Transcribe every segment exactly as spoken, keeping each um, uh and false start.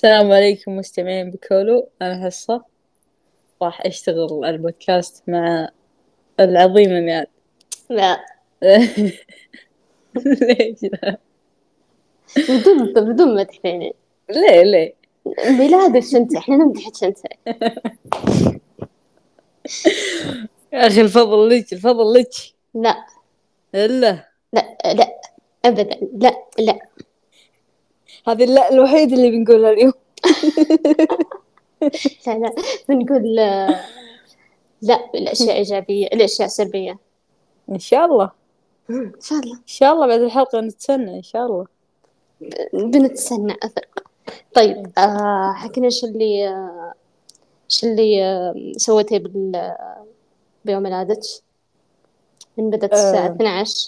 السلام عليكم مستمعين بكولو. أنا حصة راح أشتغل البودكاست مع العظيمة مياد. لا، ليش لا؟ بدون بدون مدح يعني. ليه ليه؟ ميلاد الشنطة، احنا نمدح الشنطة. يا أخي الفضل لك الفضل لك. لا إلا لا لا أبدا، لا لا. هذه اللا الوحيد اللي بنقولها اليوم. لا لا، بنقول آه، لا الأشياء إيجابية، الأشياء سلبية. إن شاء الله مم، إن شاء الله. إن شاء الله بعد الحلقة نتسنى إن شاء الله. بنتسنى أثق. طيب، آه حكينا إيش اللي آه، إيش اللي آه سويتي بال بيوم ميلادك؟ من بدأت الساعة أه اثني عشر.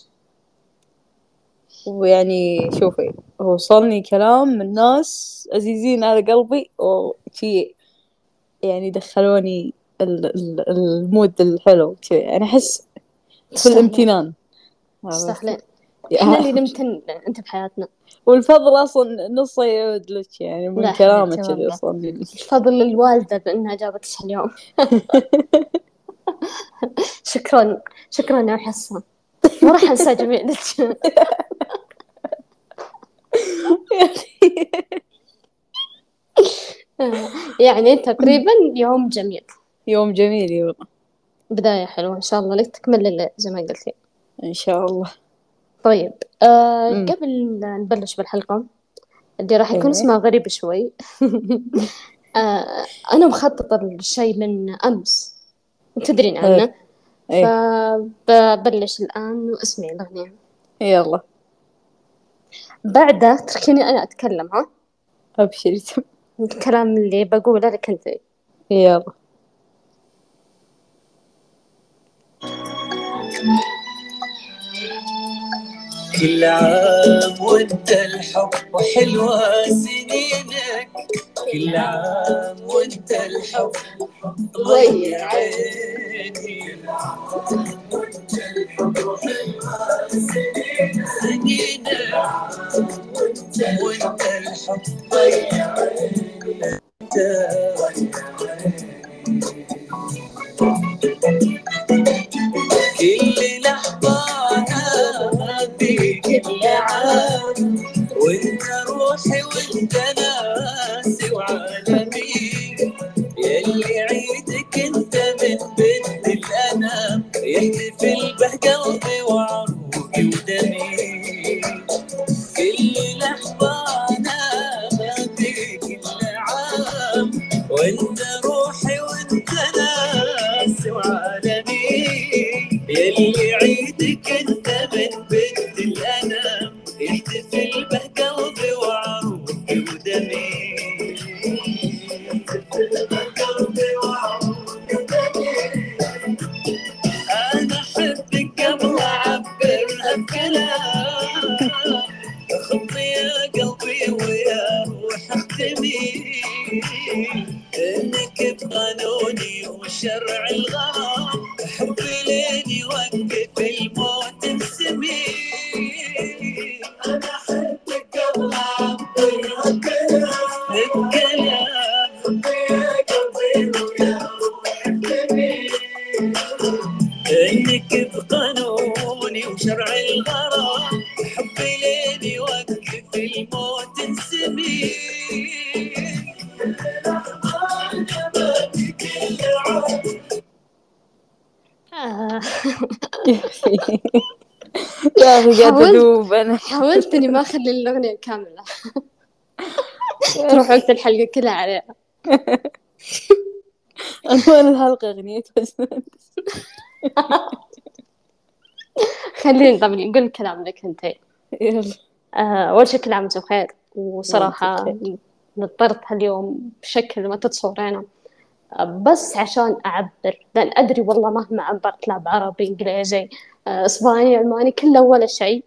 ويعني شوفي، وصلني كلام من ناس عزيزين على قلبي وشي، يعني دخلوني ال- ال- المود الحلو شي، يعني أحس في تستاهلين الامتنان. عرفتي؟ تستاهلين. احنا اللي يا- نمتن، انت بحياتنا. والفضل أصلا نصه يعود لك، يعني من لا حبيبتي كلامك اللي والله، وصلني لك. الفضل للوالدة بأنها جابتك اليوم. شكرا، شكرا يا حصة، ما راح أنسى جميلك. يا أخي يعني تقريبا يوم جميل، يوم جميل والله. بداية حلوة إن شاء الله لك تكمل اللي زي ما قلتي. إن شاء الله. طيب، آه أمم قبل لا نبلش بالحلقة اللي راح يكون إيه اسمها غريب شوي. آه أنا مخططة للشيء من أمس، تدرين إيه عنه. إيه فببلش الآن واسمعي الأغنية. يلا بعدها تركيني أنا أتكلم، ها؟ أبشري. الكلام اللي بقوله لك أنت. يلا. كل عام وانت الحب وحلوة سنينك، كل عام وانت الحب ضيع عيني، كل عام وانت الحب وحلوة سنينك، وانت الحب ضيع عيني، كل لحظة أنا في كل عام، وانت روحي وانت ناسي وعالمي، يلي عيدك انت من بنت الأنام، يحتفل به قلبي وعروقي ودمي، كل لحظة أنا في كل عام، وانت روحي وانت ناسي وعالمي، يلي عيدك انت من بنت الأنام، يحتفل به قلبي وعروقي ودمي، يحتفل به قلبي وعروقي ودمي. أنا أحبك قبل أعبرها بكلام، خطي يا قلبي ويا روح اختمي، إنك بقانوني وشرع الغرام، حبي لين يوقف الموت انسمي. أنا أحبك قبل أعبرها بكلام، خطي يا قلبي ويا روح اختمي، إنك بقانوني وشرع الغرام، حبي لين يوقف الموت انسمي. آه. يا أخي يا أخي قاعدة حاولت أذوب أنا. حاولت إني ما أخلي الأغنية كاملة، يا تروح وقت أخي الحلقة كلها عليها. عنوان الحلقة أغنية وزن. خليني طب نقول الكلام لك أنت. يلا. آه، أول شيء كل عام وأنتم بخير، وأنت وصراحة بخير. نضطرت هاليوم بشكل ما تتصورينه، بس عشان أعبر، لأن أدري والله مهما عبرت لا بعربي إنجليزي آه، إسباني ألماني كله ولا شيء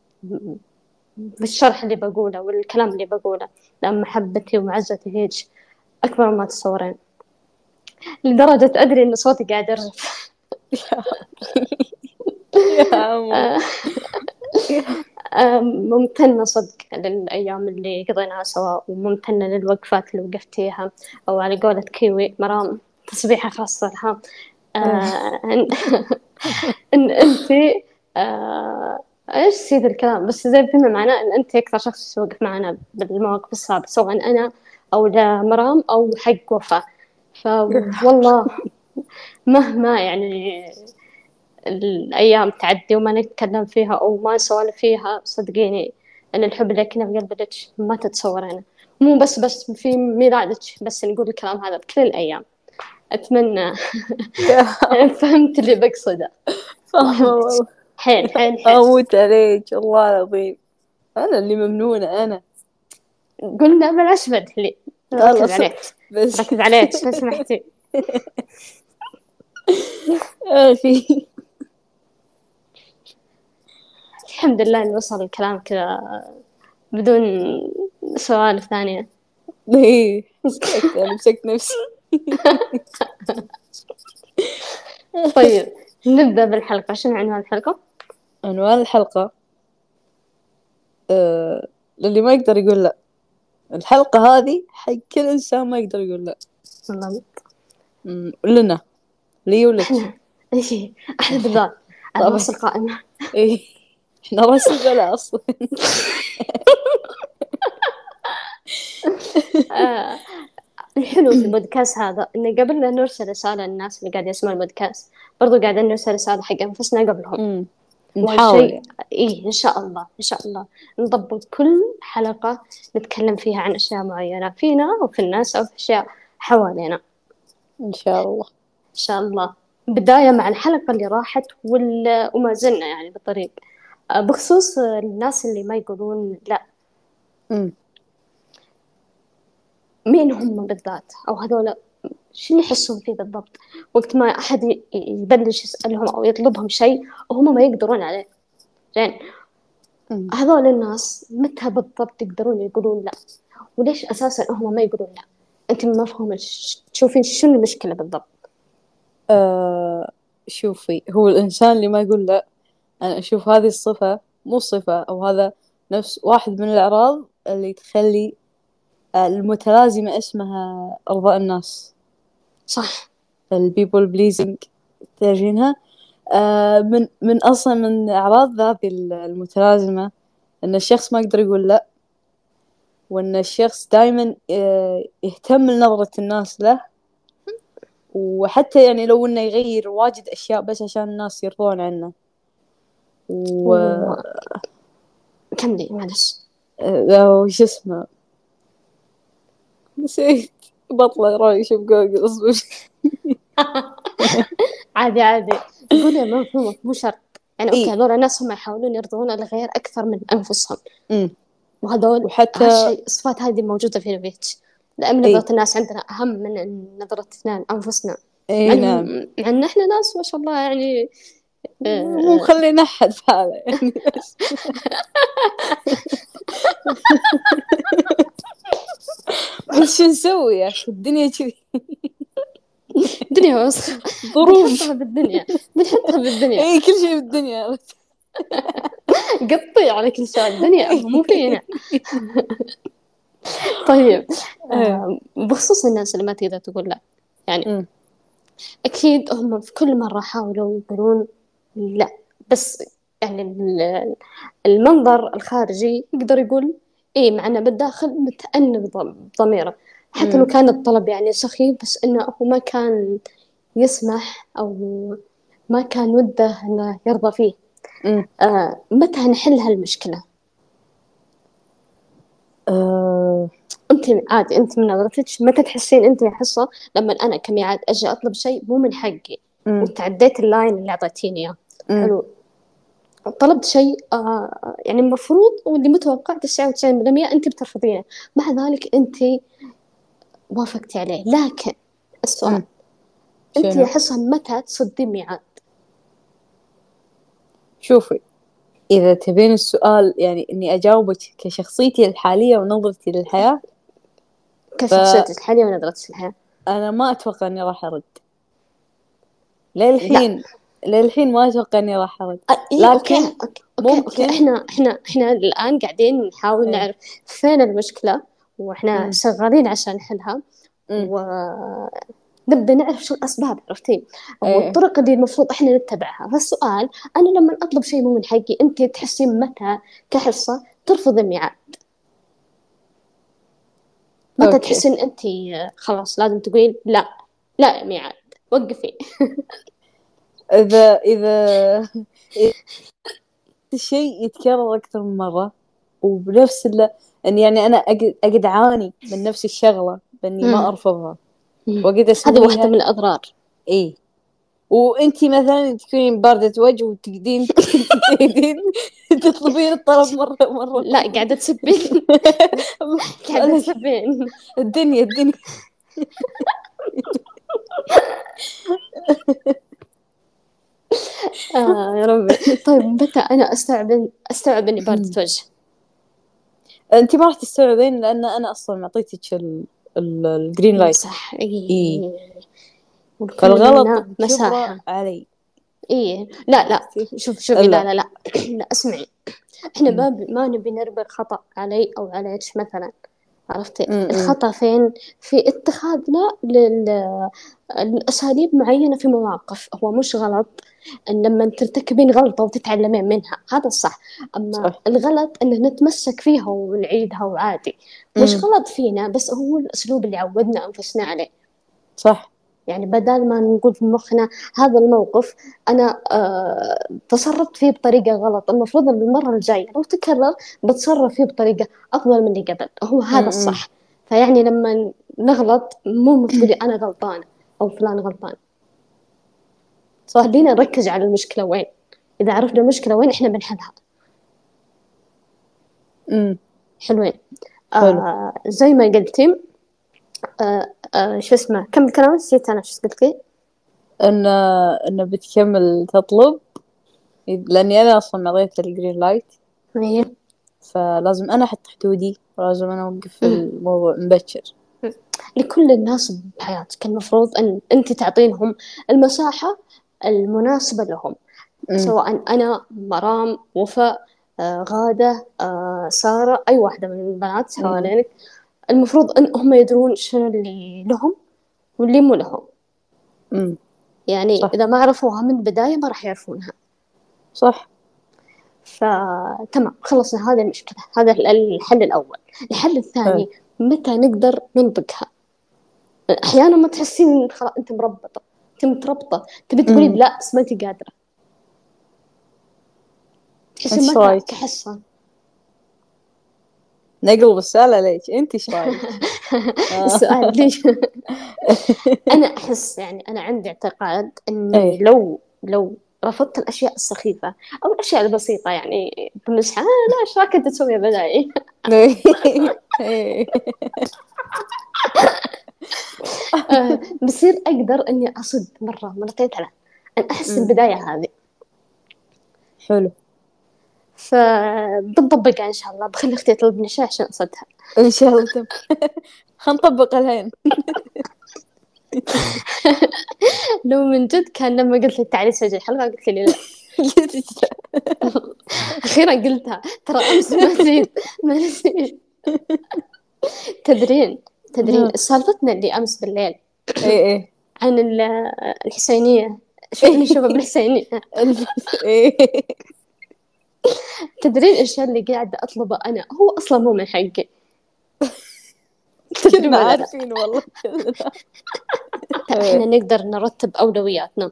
بالشرح اللي بقوله والكلام اللي بقوله، لأن محبتي ومعزتي هيج أكبر مما تتصورين، لدرجة أدري إن صوتي قاعد يرجف. يا عمو آه، يا آه، ممتنة صدق للأيام اللي قضيناها سوا، وممتنة للوقفات اللي وقفتيها، أو على قولة كيوي مرام تصبيحة خاصة لها. آه، إن إن أنت آه، إيش سيد الكلام، بس زي بما معناه إن أنت أكثر شخص وقف معنا بالمواقف الصعبة، سواء أنا أو لمرام أو حق وفاء. فوالله مهما يعني الأيام تعدي وما نتكلم فيها أو ما نسولف فيها، صدقيني أن الحب اللي كنا بقلبك ما تتصورينه. مو بس بس في ميلادك بس نقول الكلام هذا بكل الأيام. أتمنى فهمت اللي بقصده. ما فاهمة أحبك والله. حيل حيل حيل. أموت عليك والله العظيم، أنا اللي ممنونة أنا. قلنا بلاش بدلي، تركز خلاص عليك، بس. تركز عليك لو سمحتي. أخي. الحمد لله إن وصل الكلام كذا بدون سوالف ثانية. إيه مسكت، أنا مسكت نفسي. طيب نبدأ بالحلقة. شنو عنوان الحلقة؟ عنوان الحلقة أه... للي ما يقدر يقول لا. الحلقة هذه حق كل إنسان ما يقدر يقول لا. والله أمم، لنا، لي ولك. احنا ايه احنا بالذات على طبعا. راس القائمة. إيه إحنا راس البلاء أصلا. آه، الحلو في البودكاست هذا إنه قبل لا نرسل رسالة للناس اللي قاعد يسمعوا البودكاست، برضو قاعدين نرسل رسالة حق أنفسنا قبلهم. أمم، نحاول وهالشيء يعني. إيه إن شاء الله إن شاء الله نضبط كل حلقة نتكلم فيها عن أشياء معينة فينا وفي الناس أو في أشياء حوالينا إن شاء الله. إن شاء الله. بداية مع الحلقة اللي راحت وال... وما زلنا يعني بالطريق. آه، بخصوص الناس اللي ما يقولون لا، أمم. مين هم بالذات، أو هذول شو اللي يحسون فيه بالضبط وقت ما أحد ي- يبلش يسألهم أو يطلبهم شيء وهم ما يقدرون عليه. زين، أمم. هذول الناس متى بالضبط يقدرون يقولون لا، وليش أساسا هم ما يقولون لا؟ أنت ما مفهوم تشوفين شنو المشكلة بالضبط؟ آه شوفي، هو الإنسان اللي ما يقول لا، أنا أشوف هذه الصفة مو صفة، أو هذا نفس واحد من الأعراض اللي تخلي آه، المتلازمة اسمها إرضاء الناس، صح. البيبول بليزنج تاجينها. آه من من أصلا من أعراض هذه المتلازمة إن الشخص ما يقدر يقول لا، وإن الشخص دايما آه يهتم لنظرة الناس له، وحتى يعني لو إنه يغير واجد أشياء بس عشان الناس يرضون عنه. و كملي معلش. آه، وش اسمه، نسيت، بطلع راي شوف جوجل اصبر. عادي عادي، قولي ما مفهومك مو شرط. يعني اي. أوكي هذول الناس هم يحاولون يرضون الغير أكثر من أنفسهم، امم. وهذول وحتى هالشيء الصفات هذه موجودة في البيت، لأن اي. نظرة الناس عندنا أهم من نظرتنا لأنفسنا. مع اي نعم. إنهم مع إن إحنا ناس ما شاء الله يعني. مو آه، مخلينا احد في هذا يعني بس. بس شو نسوي يا اخي، الدنيا كذي. الدنيا وسخة. ظروف. بنحطها بالدنيا، بنحطها بالدنيا. اي كل شيء بالدنيا. قطي على كل شيء الدنيا مو فينا. طيب، ايه. آه، بخصوص الناس اللي ما تقدر تقول لا، يعني أمم. أكيد هم في كل مرة حاولوا يقولون لا، بس يعني ال- المنظر الخارجي يقدر يقول إيه، مع إنه بالداخل متأنب ض- بضميره. حتى لو أمم. كان الطلب يعني سخي، بس إنه هو ما كان يسمح أو ما كان وده إنه يرضى فيه. أمم. آه، متى نحل هالمشكلة؟ آه، أنت عادي، أنت من نظرتك متى تحسين أنت يا حصة لما أنا كميعاد أجي أطلب شيء مو من حقي أمم. وتعديت اللاين اللي أعطيتيني إياه؟ أمم. حلو، طلبت شيء آه يعني المفروض واللي متوقع تسعة وتسعين بالمية أنت بترفضينه، مع ذلك أنت وافقتي عليه. لكن السؤال، أمم. أنت يا شنو؟ حصة متى تصدين ميعاد؟ شوفي، إذا تبين السؤال يعني إني أجاوبك كشخصيتي الحالية ونظرتي للحياة، كشخصيتك الحالية ونظرتك للحياة؟ فأنا ما أتوقع إني راح أرد لا للحين. للحين ما أتوقع إني راح أرد. آه، إيه أوكي لكن أوكي أوكي أوكي ممكن. إحنا إحنا إحنا الآن قاعدين نحاول إيه. نعرف فين المشكلة، وإحنا أمم. شغالين عشان نحلها، أمم. ونبدأ نعرف شو الأسباب، عرفتي، إيه. والطرق اللي المفروض إحنا نتبعها. فالسؤال، أنا لما أطلب شيء مو من حقي، أنت تحسين متى كحصة ترفض الميعاد؟ متى أوكي. تحسين أنت خلاص لازم تقولين لا، لا ميعاد، وقفي؟ إذا إذا إذا الشيء يتكرر أكثر من مرة وبنفس ال إن يعني أنا أقعد أقعد أعاني من نفس الشغلة بإني ما مم. أرفضها مم. وأقعد هذه واحدة أسويها. من الأضرار. إيه. وانتي مثلا تكونين باردة وجه وتقدين تقعدين تطلبين الطلب مرة مرة لا مرة. قاعدة تسبين. قاعدة معلش. تسبين. الدنيا الدنيا. آه يا ربي. طيب متى أنا أستوعب أستوعب إني باردة وجه؟ انتي ما راح تستوعبين لان انا اصلا معطيتك الجرين إيه لايت. صح، اي. إيه. ولكل فالغلط منا بكبره مساحة. علي. إيه لا لا، عرفتي؟ شوف شوفي، لا لا. لا لا. لا اسمعي، إحنا ما ب... ما نبي نربي الخطأ علي أو عليك مثلا، عرفتي؟ امم. الخطأ فين؟ في اتخاذنا لل... الأساليب معينة في مواقف. هو مش غلط إن لما ترتكبين غلطة وتتعلمين منها، هذا الصح. أما صح. الغلط إن نتمسك فيها ونعيدها وعادي. مش امم. غلط فينا، بس هو الأسلوب اللي عودنا أنفسنا عليه. صح. يعني بدل ما نقول في مخنا هذا الموقف أنا آه تصرفت فيه بطريقة غلط، المفروض إن المرة الجاية لو تكرر بتصرف فيه بطريقة أفضل من اللي قبل، هو هذا امم. الصح. فيعني لما نغلط مو تقولي أنا غلطانة أو فلان غلطان. صح. خلينا نركز على المشكلة وين. إذا عرفنا المشكلة وين إحنا بنحلها. امم. حلوين. حلو. آه زي ما قلتي. آه آه شو اسمه، كم كلام نسيت أنا شو قلتي. ان ان بتكمل تطلب لاني انا اصلا معطيت الجرين لايت. إيه. فلازم انا احط حدودي ولازم انا اوقف أمم. الموضوع مبكر. لكل الناس بحياتك المفروض أن أنت تعطينهم المساحة المناسبة لهم، امم. سواء أنا، مرام، وفاء، آه، غادة، آه، سارة، أي واحدة من البنات امم. حوالينك. المفروض أن هم يدرون شنو اللي لهم واللي مو لهم. امم. يعني صح. إذا ما عرفوها من البداية ما راح يعرفونها. صح. فتمام، خلصنا هذه المشكلة، هذا الحل الأول. الحل حلو. الثاني، متى نقدر ننطقها؟ أحيانا ما تحسين إن خلاص أنت مربطة، أنت متربطة، تبي تقولي امم. لا بس ما أنت قادرة. انت تحسين ايش متى رايك؟ كحصة. نقلب السالة ليش انت ايش رايك؟ آه. السؤال ليش؟ أنا أحس، يعني أنا عندي اعتقاد إني ايه. لو لو رفضت الأشياء السخيفة أو الأشياء البسيطة، يعني بمزحة، أنا لا إيش رايك أنت تسوي بداي. ايه. آه، بصير أقدر إني أصد مرة مرتين ثلاث، أن أحس أمم. البداية هذه. حلو. فبنطبقها إن شاء الله، بخلي أختي تطلبني شيء عشان أصدها. ان شاء الله تم. خنطبق الحين. لو من جد كان لما قلت لي تعالي سجل حلقة قلت لي لا. أخيرا قلتها، ترى أمس ما نسيت ما نسيت. تدرين تدرين سالفتنا اللي أمس بالليل ايه. ايه. عن ال- الحسينية، شو نشوفها بالحسينية. ايه. تدرين إيش اللي قاعدة أطلبه أنا هو أصلا مو من حقي. تدرين كلنا ولا لا؟ عارفين والله كلنا. إحنا ايه. نقدر نرتب أولوياتنا.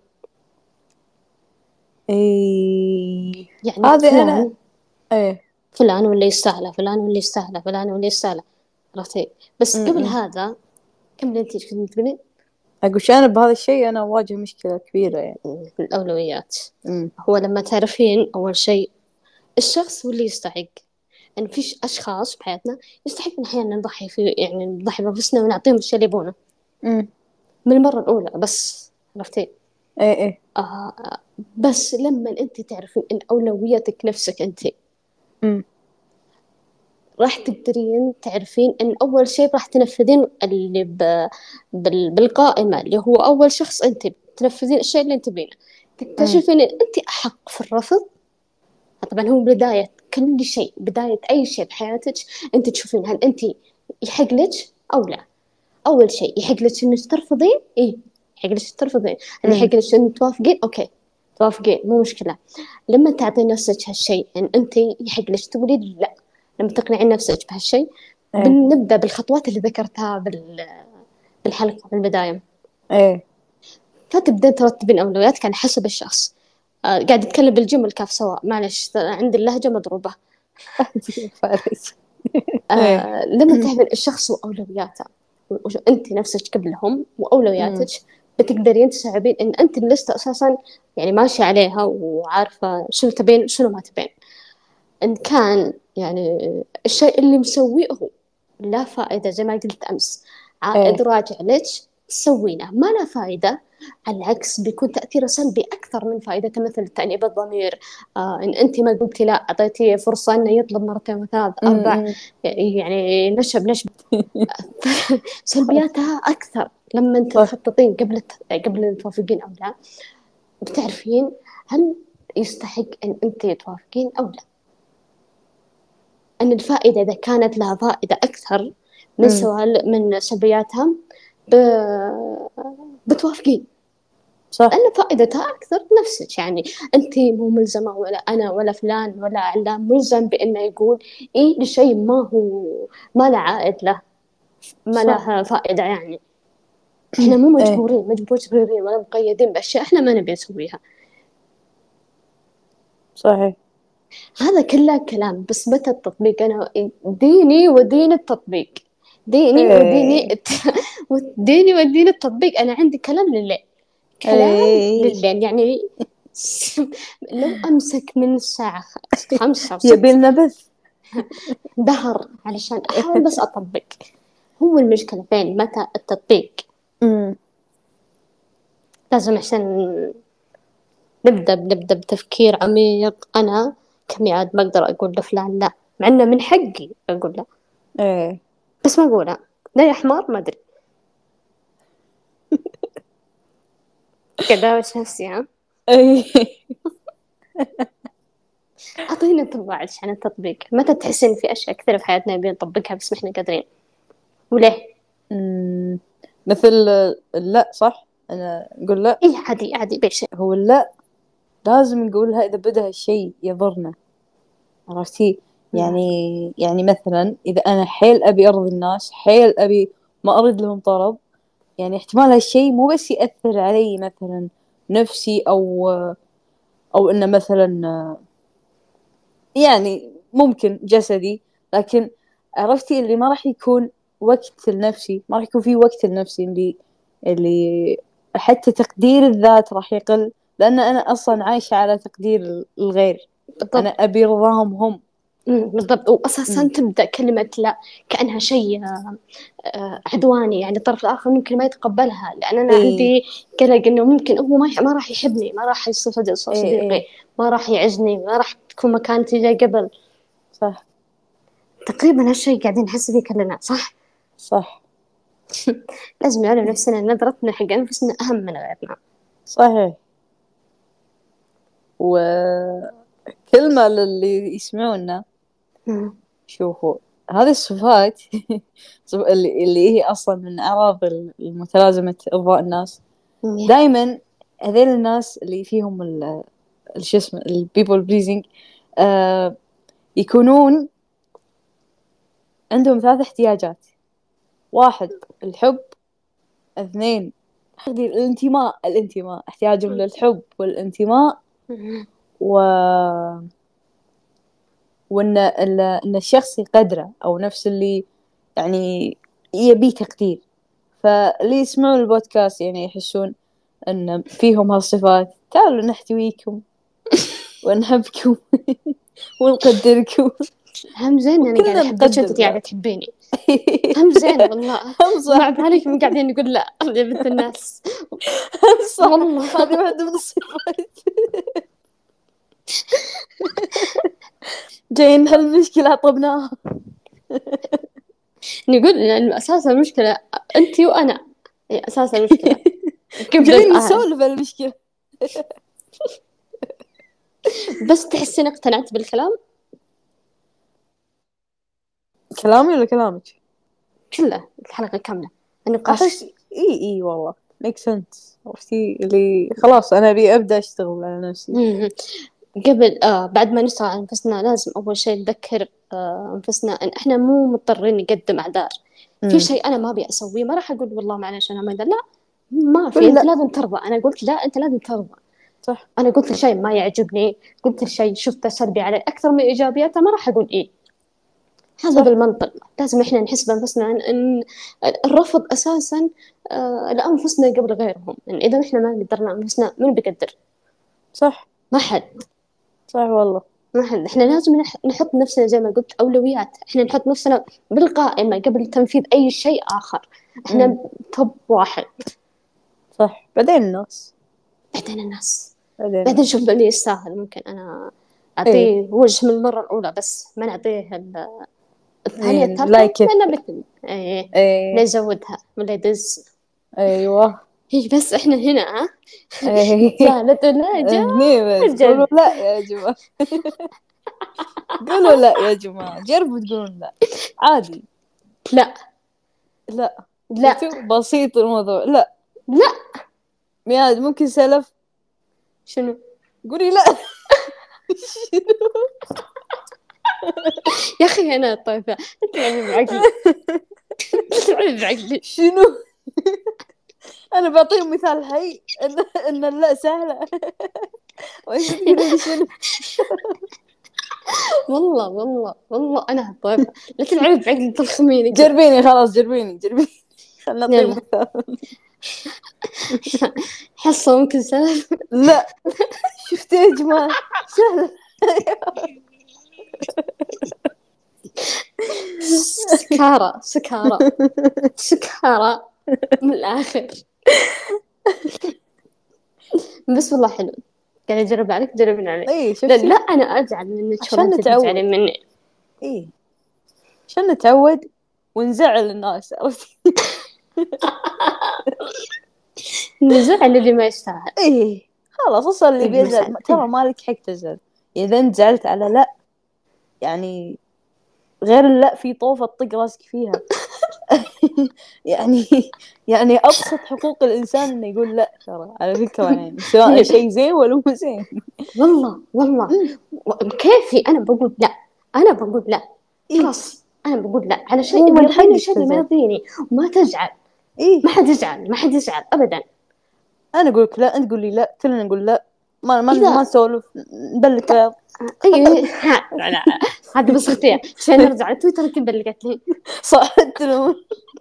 ايه. يعني هذه انا. فلان ايه. فلان ولا يستاهله، فلان ولا يستاهله، فلان ولا يستاهله، عرفتي؟ بس قبل أمم. هذا، كملي أنتي إيش كنت تقولين؟ اقول انا بهذا الشيء انا اواجه مشكلة كبيرة يعني. الأولويات. أمم. هو لما تعرفين أول شيء الشخص واللي يستحق، يعني فيش أشخاص بحياتنا يستحق إن أحيانا نضحي في، يعني نضحي بنفسنا ونعطيهم الشيء اللي يبونه أمم. من المرة الأولى بس، عرفتي؟ ايه. ايه. آه. بس لما أنت تعرفين إن أولويتك نفسك أنت، أمم. راح تقدرين تعرفين إن أول شيء راح تنفذين اللي ب... بال... بالقائمة اللي هو أول شخص أنت تنفذين الشيء اللي أنت بينه. أمم. تكتشفين إن أنت أحق في الرفض. طبعا هو بداية كل شيء، بداية أي شيء بحياتك أنت تشوفين هل أنت يحق لك أو لا. أول شيء يحق لك إنك ترفضين، إيه يحق لك ترفضين. هل أمم. يحق لك إنك توافقين؟ أوكي توافقين مو مشكلة. لما تعطين نفسك هالشيء إن أنت يحق لك تقولين لا، لما تقنعين نفسك بهالشيء، إيه. بنبدأ بالخطوات اللي ذكرتها بال- بالحلقة من البداية. إيه. فتبدأ ترتبين أولوياتك على حسب الشخص. آه قاعد أتكلم بالجمل كاف سواء، معلش عندي اللهجة مضروبة. فارس. إيه. آه لما تعرفين الشخص وأولوياته، وش- أنت نفسك قبلهم وأولوياتك، أمم. بتقدرين تستوعبين إن أنت الليستة أساسا يعني ماشية عليها وعارفة شنو تبين وشنو ما تبين. إن كان يعني الشيء اللي مسويه هو لا فائدة زي ما قلت أمس، عائد إيه. راجع لك تسوينه ما لا فائدة، على العكس بيكون تأثيره سلبي أكثر من فائدته، مثل تأنيب الضمير. آه إن أنت ما قلتي لا، أعطيتيه فرصة إنه يطلب مرتين وثلاث أربع، أمم. يعني نشب نشب. سلبياتها أكثر. لما أنت صح. تخططين قبل الت- قبل أن توافقين أو لا، بتعرفين هل يستحق أن أنت توافقين أو لا. أن الفائدة إذا كانت لها فائدة أكثر من أمم. سوال من سلبياتها، ب... بتوافقين. صح. لأن فائدتها أكثر نفسك، يعني أنت مو ملزمة ولا أنا ولا فلان ولا علان ملزم بأنه يقول إيه لشيء ما هو ما له عائد له، ما صح. له فائدة يعني. إحنا مو إيه. مجبورين مجبورين ولا مقيدين بأشياء إحنا ما نبي نسويها. صحيح. هذا كله كلام، بس متى التطبيق؟ أنا ديني ودين التطبيق، ديني وديني إيه. ديني ودين التطبيق. أنا عندي كلام لله، كلام إيه. لله يعني. لو أمسك من الساعة خمسة يبي وست لنا بث. دهر علشان أحاول بس أطبق. هو المشكلة فين؟ متى التطبيق؟ أمم. لازم عشان نبدأ نبدأ بتفكير عميق. أنا كميعاد ما أقدر أقول لفلان لا، مع إنه من حقي أقول لا، إيه. بس ما أقولها. لا يا حمار ما أدري كذا وش نفسي. ها إيه. أعطينا انطباعك عن التطبيق. متى تحسين في أشياء كثيرة في حياتنا نبي نطبقها بس ما إحنا قادرين، وليه؟ أمم. مثل لا، صح، أنا أقول لا. إيه عادي عادي بيشي. هو لا لازم نقولها إذا بدأ الشيء يضرنا، عرفتي؟ يعني يعني مثلا إذا أنا حيل أبي أرضي الناس، حيل أبي ما أرد لهم طلب، يعني احتمال هالشيء مو بس يأثر علي مثلا نفسي، أو أو إنه مثلا يعني ممكن جسدي، لكن عرفتي اللي ما راح يكون وقت لنفسي، ما راح يكون في وقت لنفسي، اللي اللي حتى تقدير الذات راح يقل، لأن أنا أصلا عايشة على تقدير الغير، أنا بالضبط. أبي رضاهم هم. أمم، بالضبط. وأساسا أمم. تبدأ كلمة لا كأنها شيء آه، آه، عدواني، يعني الطرف الآخر ممكن ما يتقبلها، لأن أنا إيه. عندي قلق إنه ممكن هو ما ما راح يحبني، ما راح يصير صديق إيه. صديقي، إيه. ما راح يعزني، ما راح تكون مكانتي زي قبل. صح. تقريبا هالشيء قاعدين نحس فيه كلنا، صح؟ صح. لازم نعلم نفسنا إن نظرتنا حق أنفسنا أهم من غيرنا. صحيح. وكلمة للي يسمعونا، أمم، شوفوا هذه الصفات اللي اللي هي أصلا من أعراض المتلازمة إرضاء الناس. أمم، دائما هذيل الناس اللي فيهم ال شو اسمه البيبل بليزنج، آه يكونون عندهم ثلاث احتياجات: واحد الحب، اثنين الانتماء الانتماء احتياجهم للحب والانتماء، أمم. و وان ال- ان الشخص يقدره، او نفس اللي يعني يبي تقدير. فاللي يسمعون البودكاست يعني يحسون ان فيهم هالصفات، تعالوا نحتويكم ونحبكم ونقدركم. هم زين أنا قاعدة وكلنا أحبك نقدر وأنت قاعدة بعض. تحبيني. هم زين والله. هم ومع صح. ذلك من قاعدين نقول لا يا بنت الناس. هم صح. والله. هذه واحدة من الصفات. جايين هالمشكلة عطبناها. نقول لأنه أساس المشكلة أنتي وأنا، هي أساس المشكلة قبل جايين الآن. نسولف المشكلة. بس تحسين اقتنعت بالكلام كلامي ولا كلامك؟ كله، الحلقة كاملة النقاش. أحس إي إي والله make sense. عرفتي اللي خلاص أنا أبي أبدأ أشتغل على نفسي. مم. قبل آه بعد ما نشتغل على أنفسنا لازم أول شيء نذكر آه أنفسنا إن إحنا مو مضطرين نقدم أعذار. في أمم. شيء أنا ما أبي أسويه، ما راح أقول والله معلش أنا ما أقدر، لا ما في، قول أنت لا. لازم ترضى. أنا قلت لا، أنت لازم ترضى. صح. أنا قلت شيء ما يعجبني، قلت شيء شفته سلبي علي أكثر من إيجابياته، ما راح أقول إيه. هذا صح. بالمنطق. لازم إحنا نحس بأنفسنا إن إن الرفض أساسا آه لأنفسنا قبل غيرهم. يعني إذا إحنا ما قدرنا أنفسنا من بيقدر؟ صح. ما حد. صح والله. ما حد. إحنا لازم نح- نحط نفسنا زي ما قلت أولويات. إحنا نحط نفسنا بالقائمة قبل تنفيذ أي شيء آخر. أمم. إحنا توب واحد. صح. بعدين الناس. بعدين الناس. بعدين بعدين الناس. نشوف من يستاهل. ممكن أنا إيه أعطيه وجه من المرة الأولى بس ما نعطيه ال- الثانية إيه الثالثة لايك إت. لأنه بكل إيه إيه. نزودها ولا يدز. أيوه. هي بس إحنا هنا ها إيه. زالت ولا هني بس قولوا جد. لا يا جماعة. قولوا لا يا جماعة، جربوا تقولون لا عادي. لا لا. لا شفتوا بسيط الموضوع. لا. لا. مياد ممكن سلف. شنو قولي لا. يا أخي أنا طيبة، تلعبي بعقلي. تلعبي بعقلي. شنو؟ انا بعطيهم مثال حي ان ان لا سهله. وانت تقولي لي شنو؟ والله والله والله أنا طيبة، لا تلعبي بعقلي تلخميني كذا. جربيني خلاص جربيني جربيني. خلنا نعطيه يلا. مثال. حصة ممكن سلف. لا. شفتي يا جماعه سهله. سكارة سكارة سكارة من الآخر. بس والله حلو. قاعد أجرب عليك جربنا عليك. اي لا, شفتي لا أنا أزعل منك عشان ولا أنت نتعود. تزعلين مني. اي عشان نتعود ونزعل الناس، عرفتي؟ نزعل اللي ما يستاهل. ايه خلاص اصلا اللي إيه بيزعل مساء. ترى مالك حق تزعل. اذا انت زعلت على لا يعني غير اللا في طوفة تطق راسك فيها. يعني يعني أبسط حقوق الإنسان إنه يقول لا ترى على فكرة، يعني سواء شيء زين ولا مو زين. والله والله أمم. كيفي أنا بقول لا. أنا بقول لا إيه خلاص. أنا بقول لا على مو شيء اللي من يرضيني حقك وشيء اللي ما تزعل. يرضيني. وما تزعل. إيه ما حد يزعل ما حد يزعل أبدا. أنا أقولك لا، أنت قولي لا، كلنا نقول لا. ما ما ما إذا نسولف نبلك بعض. أي ها لا لا هذا بس اختيار. عشان نرجع على تويتر كذا اللي قالت لي صح تلوم.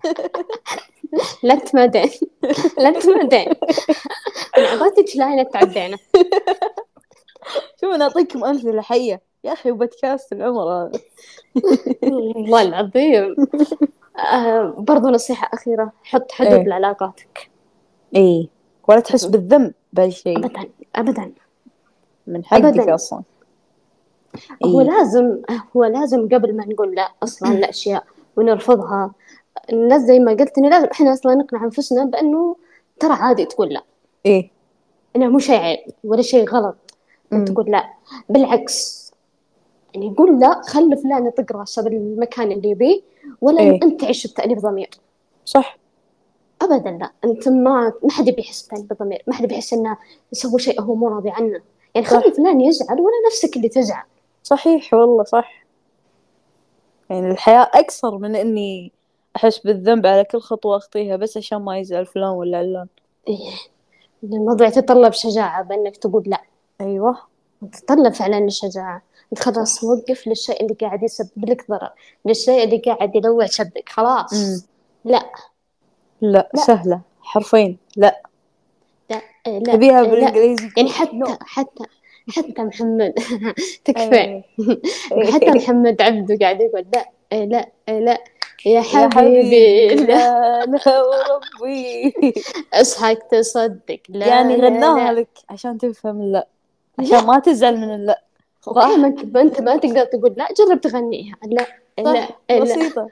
لا تمادين. لا تمادين. أنا أعطيتك لاينة تعدينا. شوفوا نعطيكم أمثلة حية يا أخي، وبودكاست العمر هذا. والله العظيم. آه برضو نصيحة أخيرة، حط حدود إيه لعلاقاتك. إيه ولا تحس بالذنب بهالشيء، أبدا أبدا من حقك أبدا. أصلا. هو إيه لازم هو لازم قبل ما نقول لا أصلا لأشياء ونرفضها. الناس زي ما قلت إنه لازم إحنا أصلا نقنع أنفسنا بأنه ترى عادي تقول لا. إيه إنه مو شيء عيب ولا شيء غلط أن أمم. تقول لا. بالعكس، يعني قول لا، خلي فلان يطق راسه بالمكان اللي يبيه، ولا إن إيه أنت تعيش بتأنيب ضمير. صح. أبدا لا. أنت ما ما حد بيحس بتأنيب ضمير، ما حد بيحس إنه يسوي شيء هو مو راضي عنه. يعني خلي صح فلان يزعل ولا نفسك اللي تزعل. صحيح والله صح. يعني الحياة أكثر من إني أحس بالذنب على كل خطوة أخطيها بس عشان ما يزعل فلان ولا علان. إيه. الموضوع يتطلب شجاعة بأنك تقول لا. أيوة تتطلب فعلا الشجاعة. أنت خلاص صح. وقف للشيء اللي قاعد يسبب لك ضرر، للشيء اللي قاعد يلوع شبك. أمم. خلاص. لا لا لا سهلة حرفين لا. لا إيه، لا تبيها إيه، لا. بالإنجليزي يعني يكون حتى نو. حتى حتى محمد تكفى. أي. حتى محمد عبده قاعد يقول لا إيه، لا إيه، لا يا يا حبيبي حبيبي لا. لا لا وربي. اصحك تصدق لا يعني لا غناها لا لك عشان تفهم اللا، عشان لا. ما تزعل من اللا. اوكي ما صح انت ما انت ما تقدر تقول لا، جرب تغنيها لا لا صح لا. بسيطة.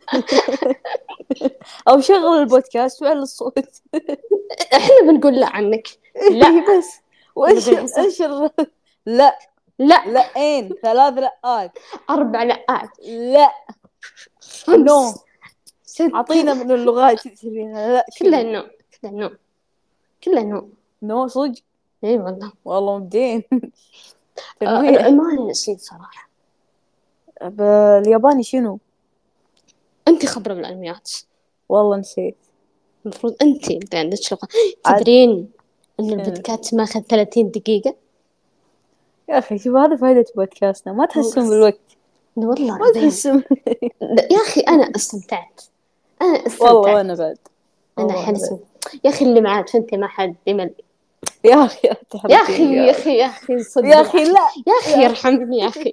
أو شغل البودكاست وعلى الصوت. احنا بنقول لا عنك. لا إيه بس وإيش بالحساب. إيش ال... لا لا. لأين ثلاث لأات. أربع لأات. لا نو. خمس. ست. أعطينا من اللغات تبينها. لا كلها شنو؟ نو. كلها نو. كلها نو. نو صج. اي والله. والله مبدين. آه تنويع. ما نسيت صراحة. بالياباني شنو؟ انت خبرة بالانميات. والله نسيت. المفروض انت انت عندك لغة. عاد تدرين ان شنو؟ البودكاست ماخذ ثلاثين دقيقة. يا أخي شوف هذا فائدة بودكاستنا، ما تحسون بس بالوقت. والله ما العظيم. تحسون. لا، يا اخي انا استمتعت. انا والله استمتعت. وأنا بعد. انا والله الحين أنا بعد. اسمع. يا اخي اللي معك انت ما حد يمل. يا أخي لا يا تحرجيني اخي يا يا أخي. اخي يا اخي صدق يا يا أخي اخي. لا. يا اخي يا أخي. ارحمني يا اخي.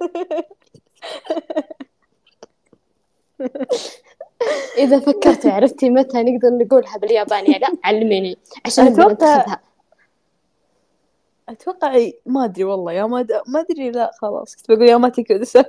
اذا فكرتي عرفتي متى نقدر نقولها باليابانية لا علميني عشان نبي أتوقع نتخذها. أتوقع ما أدري والله يا ما د... ما أدري. لا خلاص كنت بقول يا ماتي كودساي.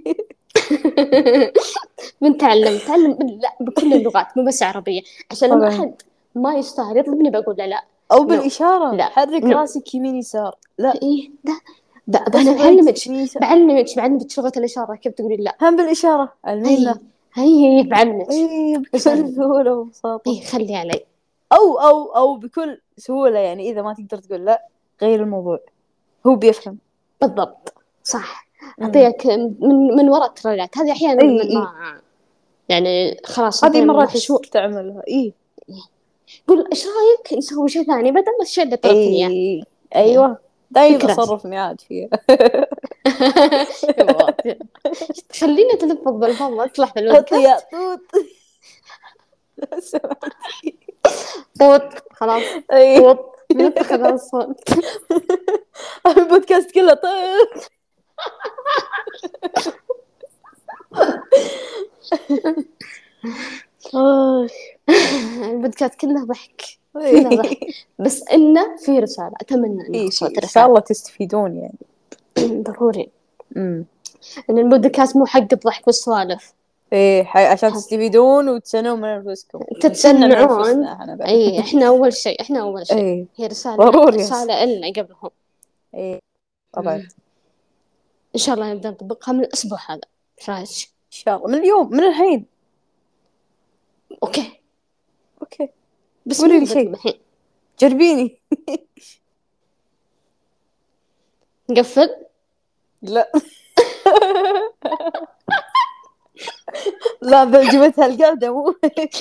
بنتعلم تعلم بال- لا بكل اللغات مو بس عربية عشان لما طبعا. أحد ما يستاهل يطلبني بقول له لا. أو نو. بالإشارة لا. حرك نو. راسك يمين يسار. لا إيه لا. ب- ب- أنا اصبعك بعلمك. يمين يسار. بعلمك بعلمك لغة الإشارة كيف تقولي لا. هم بالإشارة علمينا. هي هي بعلمك. أي بس بكل سهولة وبساطة. إيه خلي علي. أو أو أو بكل سهولة يعني إذا ما تقدر تقول لا غير الموضوع هو بيفهم. بالضبط. صح. أمم. أعطيك من من وراء التريلات هذه أحيانا أي من إي ما يعني خلاص هذه مثلا مرات محشور. تستعملها. إي قول إيش رأيك نسوي شيء ثاني بدل ما الشيء اللي طلبتني إياه. أي إيه. أيوة دايم فكرة. أصرف ميعاد فيها. خلينا نتلفظ بالفاظ ما تصلح حطي يا بالبودكاست. طوط. لو سمحتي. طوط خلاص. أي طوط بنتخذ هالصوت. البودكاست كله طوط. آه. البودكاست كله ضحك. كله ضحك. بس إنه في رسالة أتمنى إنه إيه في وصلت إن شاء رسالة. الله تستفيدون يعني. ضروري. أمم. إن البودكاست مو حق الضحك والسوالف. إيه حي... عشان تستفيدون وتسنون من أنفسكم. نسنن من تتسمعون. أنفسنا إحنا بعد. أي إحنا أول شيء إحنا أول شيء. إيه هي رسالة ضروري رسالة إلنا قبلهم. إيه طبعا. إن شاء الله نبدأ نطبقها من الأسبوع هذا. إيش رأيك؟ إن شاء الله من اليوم من الحين. أوكي. أوكي بس قولي مو لي بدل شيء الحين. جربيني. نقفل. لا. لا بجبتها القاعدة مو.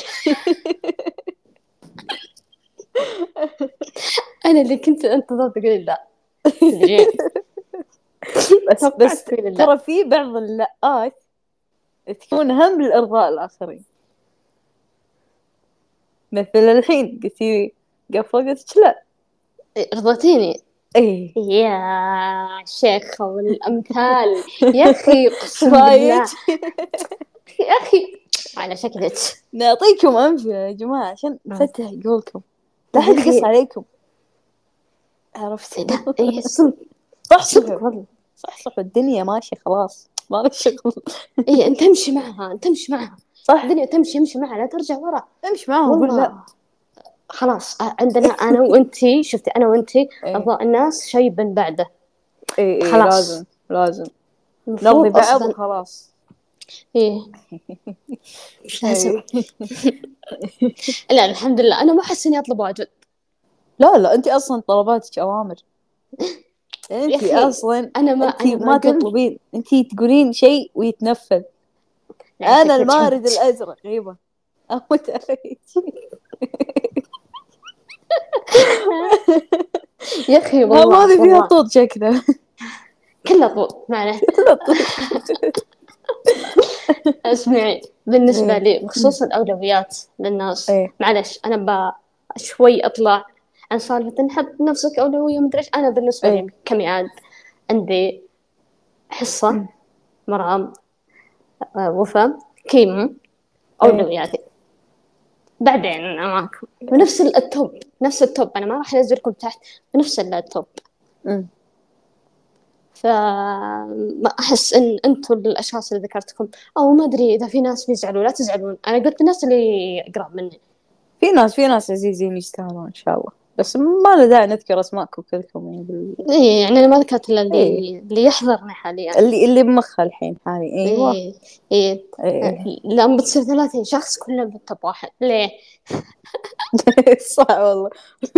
أنا اللي كنت أنتظر تقولي لا. تدرين. بس بس توقعت تقولي لا. ترى في بعض اللقات تكون هم لإرضاء الآخرين. مثل الحين قلتي قفل قلت لا. رضيتيني. إيه يا شيخة والأمثال. يا أخي قسم فايج. بالله. يا أخي على شكلك. نعطيكم أمثلة يا جماعة عشان نفتح قولكم لا يا حد يقص أخي. عليكم. عرفت. لا إيه صدق. صح صدق صح والله. صح صح الدنيا ماشية خلاص ما لك شغل. إيه أنت امشي معها أنت امشي معها. صح الدنيا تمشي امشي معها لا ترجع ورا. امشي معهم وقول لا. والله خلاص آه، عندنا أنا وأنتي شفتي أنا وأنتي إيه أرضاء الناس شيء من بعده. إيه إيه خلاص. لازم لازم نرضي المفروض بعض أصلا. وخلاص. إيه مش لازم. إيه. لا الحمد لله أنا ما أحس إني أطلب واجد. لا لا أنت أصلا طلباتك أوامر. يا أنت أخي أصلا أنا ما أنت أنا ما ما قلت. تطلبين أنت تقولين شيء ويتنفذ. لا، أنا شكلك المارد فهمت. الأزرق غيبة. أموت عليك. يا أخي هم والله هذه فيها والله طوط شكله. كله طول معنا. لا طوط. اسمعي بالنسبة إيه لي بخصوص الأولويات للناس إيه معلش أنا ب شوي أطلع عن سالفة نحط نفسك أولوية ومدري إيش. أنا بالنسبة إيه لي كميعاد عندي حصة مرام آه، وفاء كيمو إيه أولوياتي. بعدين أنا معكم بنفس التوب نفس التوب أنا ما راح أنزلكم تحت بنفس التوب. أمم. فما أحس إن أنتم الأشخاص اللي ذكرتكم أو ما أدري إذا في ناس بيزعلوا لا تزعلون. أنا قلت الناس اللي أقرب مني. في ناس في ناس عزيزين يستاهلون إن شاء الله بس ما له داعي نذكر أسماءكم كلكم يعني بال... إيه يعني أنا ما ذكرت إلا اللي إيه. اللي يحضرني حاليا. اللي اللي بمخها الحين حالي. أيوة. إيه إيه. إيه. لما بتصير ثلاثين شخص كلهم بالتوب واحد ليه؟ صح والله.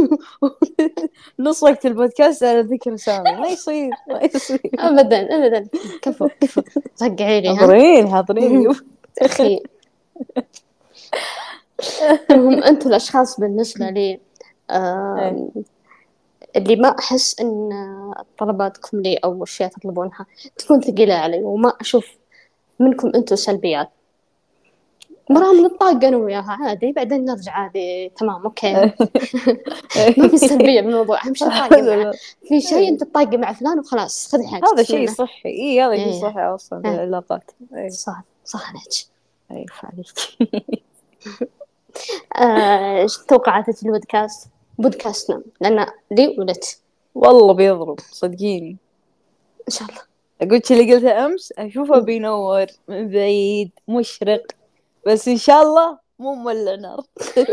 نص وقت البودكاست على ذكر سامي. ما يصير ما يصير أبدا أبدا. كفو كفو رجعي لي ها. حاضرين حاضرين. أخي. المهم أنتوا الأشخاص بالنسبة لي آه اللي ما أحس إن طلباتكم لي أو أشياء تطلبونها تكون ثقيلة علي وما أشوف منكم أنتوا سلبيات. مرة من الطاقة أنا وياها عادي بعدين نرجع عادي تمام أوكي. ما في سلبية بالموضوع. أهم شيء الطاقة معه. في شيء أنت تطاقة مع فلان وخلاص خذي حاجتك. هذا شيء صحي. إيه هذا شيء إيه. صحي أصلا إيه. بالعلاقات. إيه. صح صح عليك. أي فعليك. آه، إيش توقعاتك البودكاست بودكاستنا لأن لي ولت والله بيضرب صدقيني إن شاء الله. قلت اللي قلته أمس أشوفه بينور من بعيد مشرق بس إن شاء الله مو مولع نار.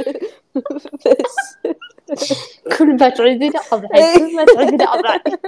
بس كل ما تعيدين أضحك كل ما تعيدين أضحك.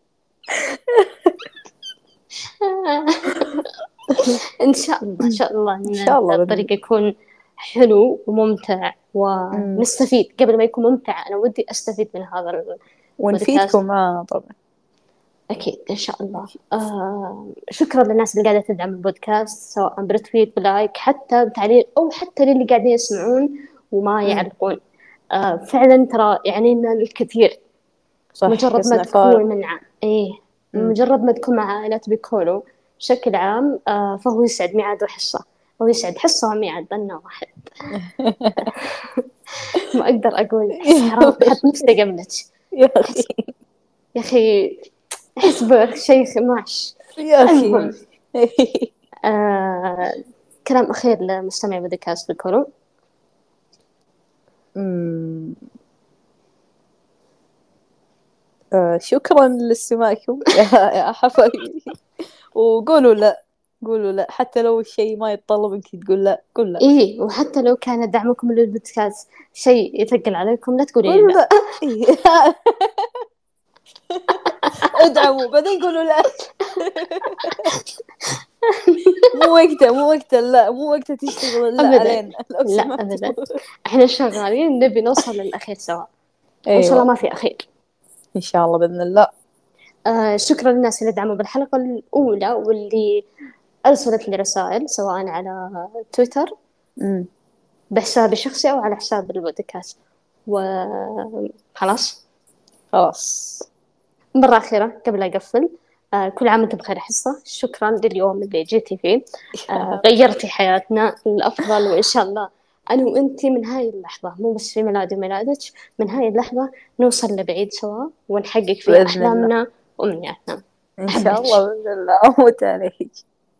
إن شاء الله إن شاء الله إن شاء الله الطريق يكون حلو وممتع ونستفيد. قبل ما يكون ممتع أنا ودي أستفيد من هذا البودكاست ونفيدكم معاه طبعا. أكيد إن شاء الله. آه شكرا للناس اللي قاعدة تدعم البودكاست سواء برتويت بلايك حتى بتعليق أو حتى للي قاعدين يسمعون وما يعلقون. آه فعلا ترى يعني لنا الكثير. صح. مجرد ما تكون من ع... إيه مجرد ما تكون مع عائلة بيكولو بشكل عام آه فهو يسعد ميعاد وحصة أو يسعد حصة وميعاد بنا واحد. ما أقدر أقول حرام حط نفسي قبلك يا أخي يا أخي حسبه شيخ ماش يا أخي. آه، كلام أخير لمستمعي بودكاست بيكولو. آه شكرا لاستماعكم يا حفايبي وقولوا لا قولوا لا حتى لو الشيء ما يتطلب انك تقول لا قول لا. إيه وحتى لو كان دعمكم للبودكاست شيء يثقل عليكم لا تقولين لا, لا. إيه. ادعموا بعدين قولوا لا. مو وقته مو وقته لا مو وقته تشتغل لا علينا. لا أبدا احنا شغالين نبي نوصل للأخير سوا. أيوة. إن شاء الله ما في أخير إن شاء الله بإذن الله. آه شكرا للناس اللي دعموا بالحلقة الأولى واللي أرسلت لي رسائل سواء على تويتر م. بحسابي الشخصي أو على حساب البودكاست. وخلاص خلاص مرة أخيرة قبل أقفل آه كل عام وأنتم بخير حصة. شكرا لليوم اللي جيتي فيه آه غيرتي حياتنا للأفضل وإن شاء الله أنا وأنتي من هاي اللحظة مو بس في ميلادي وميلادك من هاي اللحظة نوصل لبعيد سوا ونحقق فيها أحلامنا وأمنياتنا إن شاء الله بإذن الله. أموت عليك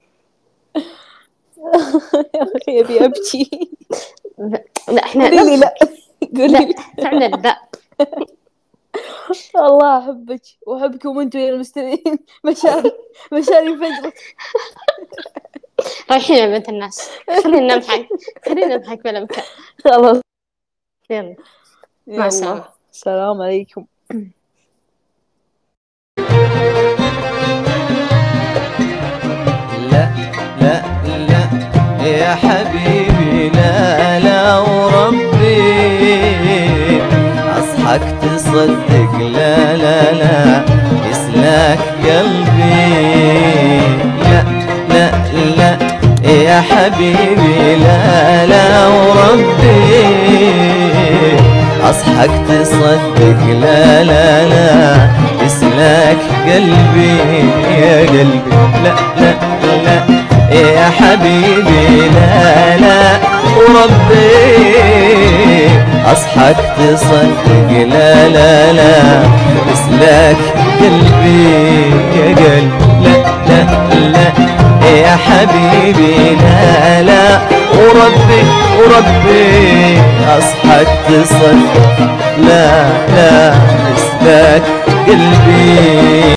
يا أخي أبي أبكي. لا إحنا قولي لا قولي لا فعلا لا. الله أحبك وأحبكم أنتوا يا المستمعين. مشاري مشاري فجرت. رايحين يا بنت الناس خلينا نضحك خلينا نضحك بلا مكان. خلاص يلا مع السلامة. السلام عليكم. لا لا لا يا حبيبي لا لا وربي أصحك تصدق لا لا لا يسلاك قلبي. لا لا لا يا حبيبي لا لا وربي أصحك تصدق لا لا لا يسلاك قلبي يا قلبي. لا لا لا يا حبيبي لا لا وربي أصحك تصدق لا لا لا يسلاك قلبي يا قلبي. لا لا لا يا حبيبي لا لا وربي وربي أصحك تصدق لا لا يسلاك قلبي.